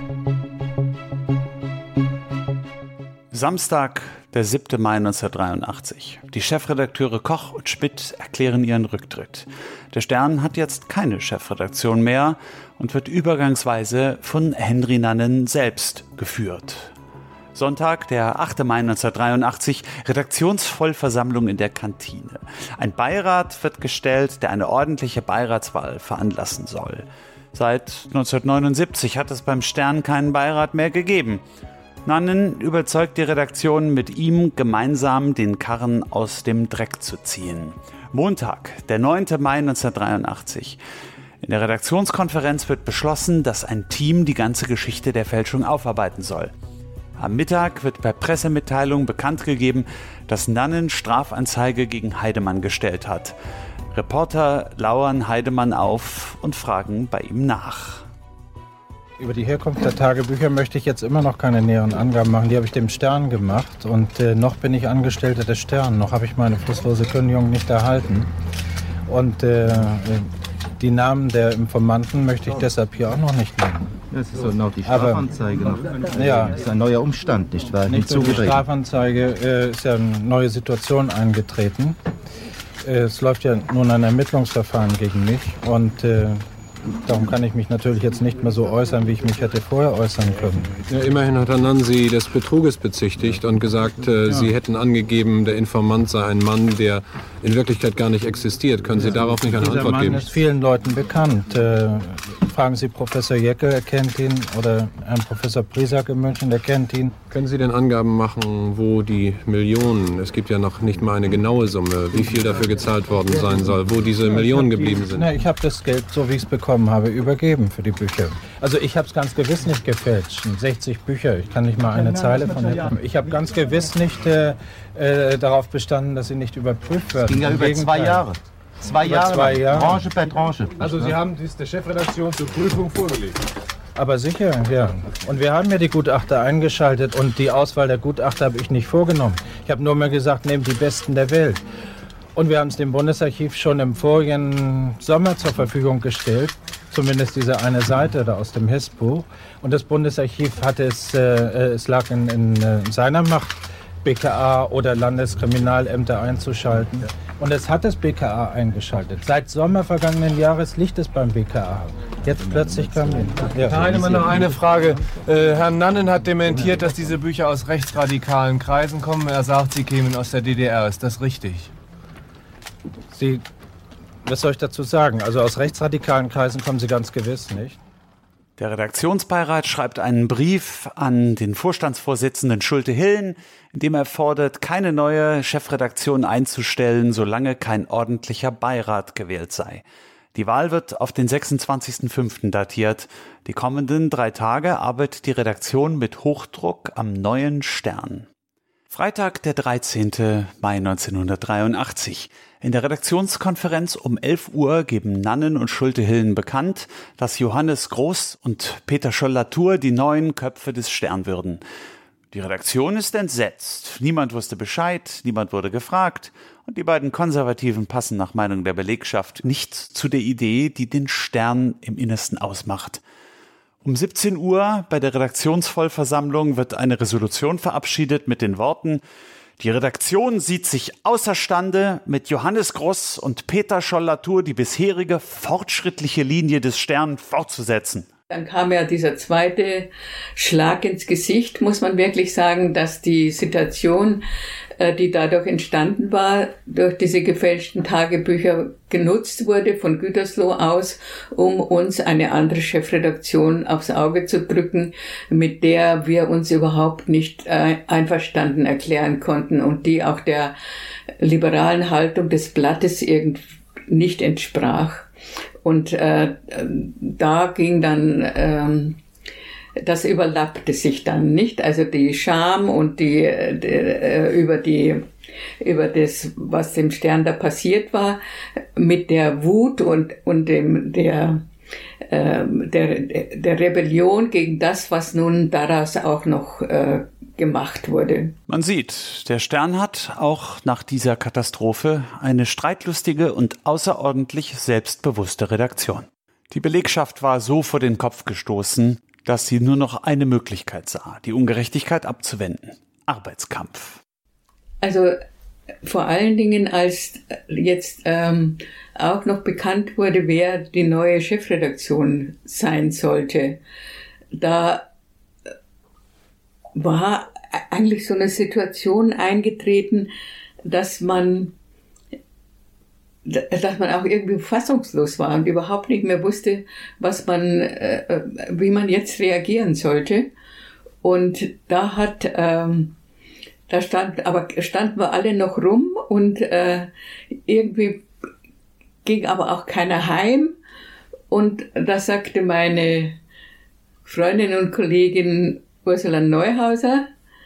Speaker 3: Samstag, der siebter Mai neunzehnhundertdreiundachtzig. Die Chefredakteure Koch und Schmidt erklären ihren Rücktritt. Der Stern hat jetzt keine Chefredaktion mehr und wird übergangsweise von Henry Nannen selbst geführt. Sonntag, der achter Mai neunzehnhundertdreiundachtzig, Redaktionsvollversammlung in der Kantine. Ein Beirat wird gestellt, der eine ordentliche Beiratswahl veranlassen soll. Seit neunzehnhundertneunundsiebzig hat es beim Stern keinen Beirat mehr gegeben. Nannen überzeugt die Redaktion, mit ihm gemeinsam den Karren aus dem Dreck zu ziehen. Montag, der neunter Mai neunzehnhundertdreiundachtzig. In der Redaktionskonferenz wird beschlossen, dass ein Team die ganze Geschichte der Fälschung aufarbeiten soll. Am Mittag wird per Pressemitteilung bekannt gegeben, dass Nannen Strafanzeige gegen Heidemann gestellt hat. Reporter lauern Heidemann auf und fragen bei ihm nach.
Speaker 5: Über die Herkunft der Tagebücher möchte ich jetzt immer noch keine näheren Angaben machen. Die habe ich dem Stern gemacht und äh, noch bin ich Angestellter des Stern. Noch habe ich meine fristlose Kündigung nicht erhalten. Und äh, die Namen der Informanten möchte ich deshalb hier auch noch nicht nennen.
Speaker 12: Das ist so noch die Strafanzeige. Aber, noch.
Speaker 5: Ja,
Speaker 12: das ist ein neuer Umstand, nicht wahr?
Speaker 5: Nicht nur die Strafanzeige, äh, ist ja eine neue Situation eingetreten. Äh, es läuft ja nun ein Ermittlungsverfahren gegen mich und äh, darum kann ich mich natürlich jetzt nicht mehr so äußern, wie ich mich hätte vorher äußern können.
Speaker 13: Ja, immerhin hat Herr Nann Sie des Betruges bezichtigt und gesagt, äh, ja. Sie hätten angegeben, der Informant sei ein Mann, der in Wirklichkeit gar nicht existiert. Können Sie darauf nicht eine
Speaker 5: Dieser
Speaker 13: Antwort
Speaker 5: Mann
Speaker 13: geben?
Speaker 5: Dieser Mann ist vielen Leuten bekannt. Äh,
Speaker 14: fragen Sie Professor Jecke, er kennt ihn, oder Herrn Professor Priesack in München, der kennt ihn.
Speaker 13: Können Sie denn Angaben machen, wo die Millionen, es gibt ja noch nicht mal eine genaue Summe, wie viel dafür gezahlt worden sein soll, wo diese Millionen geblieben sind?
Speaker 14: Na, ich habe das Geld, so wie ich es bekommen habe, übergeben für die Bücher. Also ich habe es ganz gewiss nicht gefälscht. sechzig Bücher, ich kann nicht mal eine Zeile von haben. Ich habe ganz gewiss nicht äh, äh, darauf bestanden, dass sie nicht überprüft werden.
Speaker 12: Es ging ja über zwei Jahre. Zwei Jahre,
Speaker 14: zwei Jahre,
Speaker 12: Tranche per Tranche.
Speaker 15: Also Sie haben dies der Chefredaktion zur Prüfung vorgelegt?
Speaker 14: Aber sicher, ja. Und wir haben ja die Gutachter eingeschaltet und die Auswahl der Gutachter habe ich nicht vorgenommen. Ich habe nur mal gesagt, nehmt die Besten der Welt. Und wir haben es dem Bundesarchiv schon im vorigen Sommer zur Verfügung gestellt, zumindest diese eine Seite da aus dem Hessbuch. Und das Bundesarchiv hatte es, äh, es lag in, in, in seiner Macht, B K A oder Landeskriminalämter einzuschalten. Und es hat das B K A eingeschaltet. Seit Sommer vergangenen Jahres liegt es beim B K A. Jetzt plötzlich kam es. Ja.
Speaker 15: Herr Heidemann, noch eine Frage. Äh, Herr Nannen hat dementiert, dass diese Bücher aus rechtsradikalen Kreisen kommen. Er sagt, sie kämen aus der D D R. Ist das richtig?
Speaker 14: Sie, was soll ich dazu sagen? Also aus rechtsradikalen Kreisen kommen sie ganz gewiss nicht.
Speaker 3: Der Redaktionsbeirat schreibt einen Brief an den Vorstandsvorsitzenden Schulte-Hillen, in dem er fordert, keine neue Chefredaktion einzustellen, solange kein ordentlicher Beirat gewählt sei. Die Wahl wird auf den sechsundzwanzigsten fünften datiert. Die kommenden drei Tage arbeitet die Redaktion mit Hochdruck am neuen Stern. Freitag, der dreizehnten Mai neunzehnhundertdreiundachtzig. In der Redaktionskonferenz um elf Uhr geben Nannen und Schulte-Hillen bekannt, dass Johannes Groß und Peter Scholl-Latour die neuen Köpfe des Stern würden. Die Redaktion ist entsetzt. Niemand wusste Bescheid, niemand wurde gefragt und die beiden Konservativen passen nach Meinung der Belegschaft nicht zu der Idee, die den Stern im Innersten ausmacht. Um siebzehn Uhr bei der Redaktionsvollversammlung wird eine Resolution verabschiedet mit den Worten: Die Redaktion sieht sich außerstande, mit Johannes Groß und Peter Scholl-Latour die bisherige fortschrittliche Linie des Stern fortzusetzen.
Speaker 11: Dann kam ja dieser zweite Schlag ins Gesicht, muss man wirklich sagen, dass die Situation, die dadurch entstanden war, durch diese gefälschten Tagebücher genutzt wurde von Gütersloh aus, um uns eine andere Chefredaktion aufs Auge zu drücken, mit der wir uns überhaupt nicht einverstanden erklären konnten und die auch der liberalen Haltung des Blattes irgendwie nicht entsprach. Und äh, da ging dann, ähm, das überlappte sich dann nicht, also die Scham und die, die äh, über die über das, was dem Stern da passiert war, mit der Wut und und dem der äh, der der Rebellion gegen das, was nun daraus auch noch äh, gemacht wurde.
Speaker 3: Man sieht, der Stern hat auch nach dieser Katastrophe eine streitlustige und außerordentlich selbstbewusste Redaktion. Die Belegschaft war so vor den Kopf gestoßen, dass sie nur noch eine Möglichkeit sah, die Ungerechtigkeit abzuwenden: Arbeitskampf.
Speaker 11: Also vor allen Dingen, als jetzt ähm, auch noch bekannt wurde, wer die neue Chefredaktion sein sollte, da war eigentlich so eine Situation eingetreten, dass man, dass man auch irgendwie fassungslos war und überhaupt nicht mehr wusste, was man, äh, wie man jetzt reagieren sollte. Und da hat, ähm, da stand, aber standen wir alle noch rum und äh, irgendwie ging aber auch keiner heim. Und da sagte meine Freundin und Kollegin Ursula Neuhauser: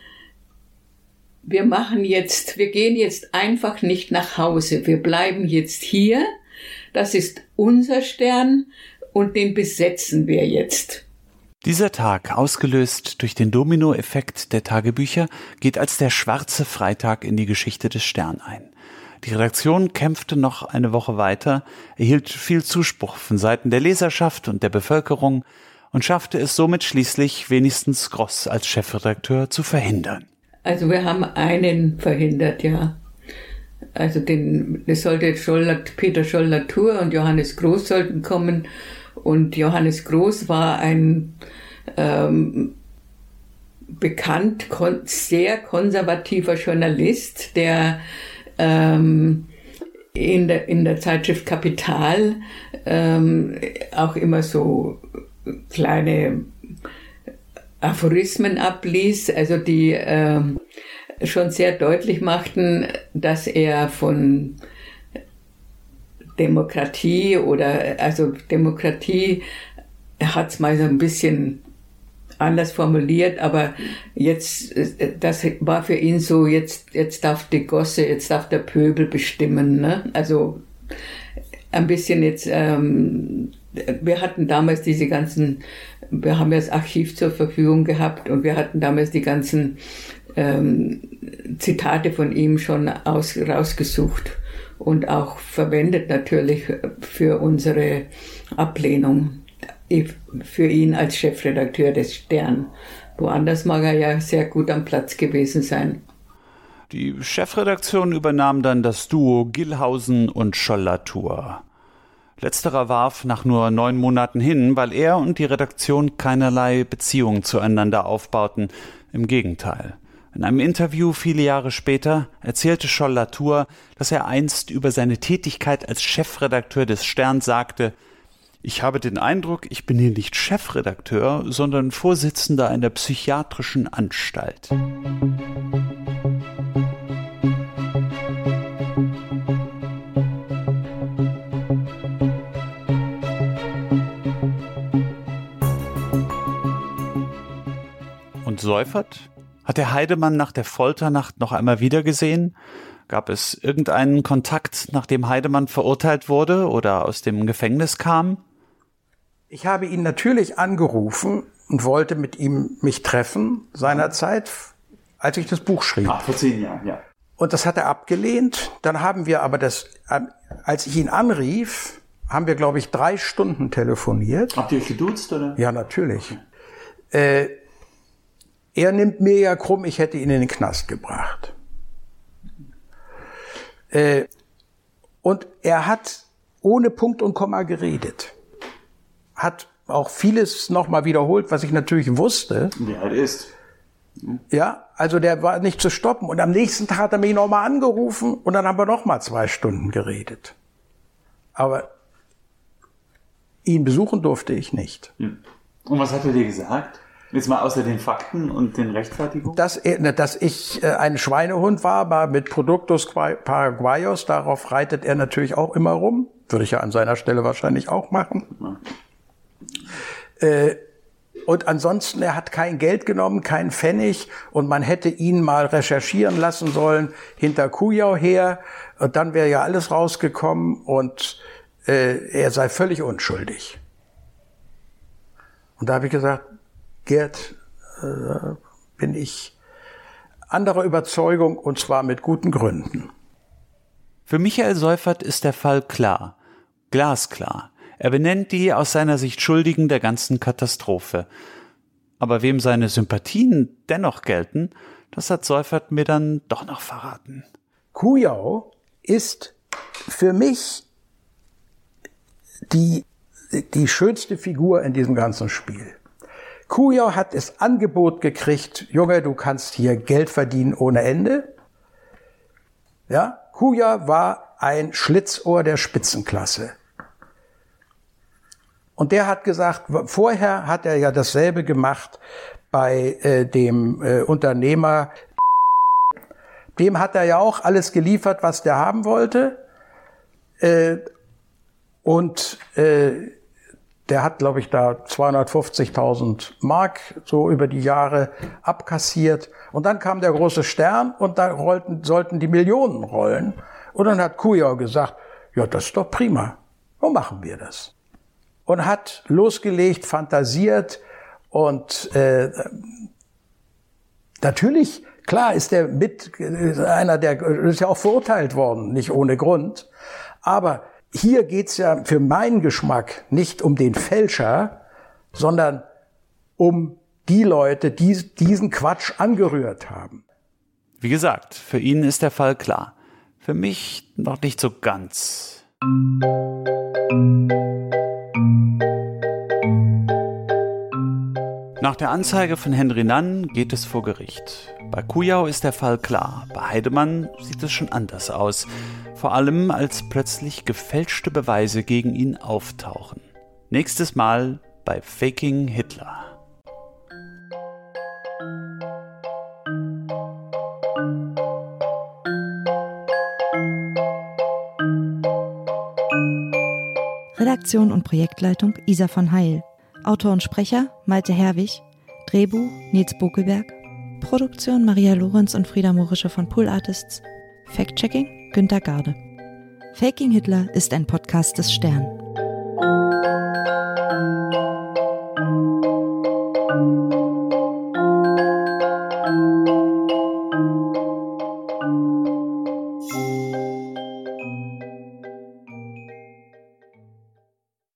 Speaker 11: Wir machen jetzt, wir gehen jetzt einfach nicht nach Hause. Wir bleiben jetzt hier. Das ist unser Stern und den besetzen wir jetzt.
Speaker 3: Dieser Tag, ausgelöst durch den Dominoeffekt der Tagebücher, geht als der schwarze Freitag in die Geschichte des Stern ein. Die Redaktion kämpfte noch eine Woche weiter, erhielt viel Zuspruch von Seiten der Leserschaft und der Bevölkerung und schaffte es somit schließlich, wenigstens Groß als Chefredakteur zu verhindern.
Speaker 11: Also wir haben einen verhindert, ja. Also den, es sollte Scholl, Peter Scholl-Latour und Johannes Groß sollten kommen. Und Johannes Groß war ein ähm, bekannt, kon- sehr konservativer Journalist, der ähm, in der, in der Zeitschrift Kapital ähm, auch immer so kleine Aphorismen abließ, also die ähm, schon sehr deutlich machten, dass er von Demokratie oder, also Demokratie, er hat es mal so ein bisschen anders formuliert, aber jetzt, das war für ihn so, jetzt, jetzt darf die Gosse, jetzt darf der Pöbel bestimmen, ne? Also ein bisschen jetzt, ähm, wir hatten damals diese ganzen, wir haben ja das Archiv zur Verfügung gehabt und wir hatten damals die ganzen ähm, Zitate von ihm schon aus, rausgesucht und auch verwendet natürlich für unsere Ablehnung, für ihn als Chefredakteur des Stern. Woanders mag er ja sehr gut am Platz gewesen sein.
Speaker 3: Die Chefredaktion übernahm dann das Duo Gillhausen und Scholl-Latour. Letzterer warf nach nur neun Monaten hin, weil er und die Redaktion keinerlei Beziehungen zueinander aufbauten. Im Gegenteil. In einem Interview viele Jahre später erzählte Scholl-Latour, dass er einst über seine Tätigkeit als Chefredakteur des Stern sagte: Ich habe den Eindruck, ich bin hier nicht Chefredakteur, sondern Vorsitzender einer psychiatrischen Anstalt. Und Seufert? Hat der Heidemann nach der Folternacht noch einmal wiedergesehen? Gab es irgendeinen Kontakt, nachdem Heidemann verurteilt wurde oder aus dem Gefängnis kam?
Speaker 4: Ich habe ihn natürlich angerufen und wollte mit ihm mich treffen, seinerzeit, als ich das Buch schrieb.
Speaker 3: Ach, vor zehn Jahren, ja.
Speaker 4: Und das hat er abgelehnt. Dann haben wir aber das, als ich ihn anrief, haben wir, glaube ich, drei Stunden telefoniert.
Speaker 3: Habt ihr euch geduzt, oder?
Speaker 4: Ja, natürlich. Äh, er nimmt mir ja krumm, ich hätte ihn in den Knast gebracht. Äh, und er hat ohne Punkt und Komma geredet. Hat auch vieles nochmal wiederholt, was ich natürlich wusste.
Speaker 3: Wie alt ist.
Speaker 4: Ja, also der war nicht zu stoppen. Und am nächsten Tag hat er mich nochmal angerufen und dann haben wir nochmal zwei Stunden geredet. Aber ihn besuchen durfte ich nicht.
Speaker 3: Und was hat er dir gesagt? Jetzt mal außer den Fakten und den Rechtfertigungen?
Speaker 4: Dass, er, dass ich ein Schweinehund war, aber mit Productos Paraguayos, darauf reitet er natürlich auch immer rum. Würde ich ja an seiner Stelle wahrscheinlich auch machen. Ja. Äh, und ansonsten, er hat kein Geld genommen, kein Pfennig, und man hätte ihn mal recherchieren lassen sollen hinter Kujau her, und dann wäre ja alles rausgekommen und äh, er sei völlig unschuldig. Und da habe ich gesagt, Gerd, äh, bin ich anderer Überzeugung, und zwar mit guten Gründen.
Speaker 3: Für Michael Seufert ist der Fall klar, glasklar. Er benennt die aus seiner Sicht Schuldigen der ganzen Katastrophe. Aber wem seine Sympathien dennoch gelten, das hat Seufert mir dann doch noch verraten.
Speaker 4: Kujau ist für mich die, die schönste Figur in diesem ganzen Spiel. Kujau hat das Angebot gekriegt, Junge, du kannst hier Geld verdienen ohne Ende. Ja, Kujau war ein Schlitzohr der Spitzenklasse. Und der hat gesagt, vorher hat er ja dasselbe gemacht bei äh, dem äh, Unternehmer. Dem hat er ja auch alles geliefert, was der haben wollte. Äh, und äh, der hat, glaube ich, da zweihundertfünfzigtausend Mark so über die Jahre abkassiert. Und dann kam der große Stern und da rollten, sollten die Millionen rollen. Und dann hat Kujau gesagt, ja, das ist doch prima. So machen wir das. Und hat losgelegt, fantasiert und äh, natürlich, klar, ist er mit einer der, ist ja auch verurteilt worden, nicht ohne Grund. Aber hier geht's ja für meinen Geschmack nicht um den Fälscher, sondern um die Leute, die diesen Quatsch angerührt haben.
Speaker 3: Wie gesagt, für ihn ist der Fall klar. Für mich noch nicht so ganz. Nach der Anzeige von Henry Nann geht es vor Gericht. Bei Kujau ist der Fall klar. Bei Heidemann sieht es schon anders aus. vor allem als plötzlich gefälschte Beweise gegen ihn auftauchen. Nächstes Mal bei Faking Hitler.
Speaker 16: Redaktion und Projektleitung Isa von Heil. Autor und Sprecher Malte Herwig. Drehbuch Nils Bokelberg. Produktion Maria Lorenz und Frieda Morische von Pool Artists. Fact-Checking Günter Garde. Faking Hitler ist ein Podcast des Stern.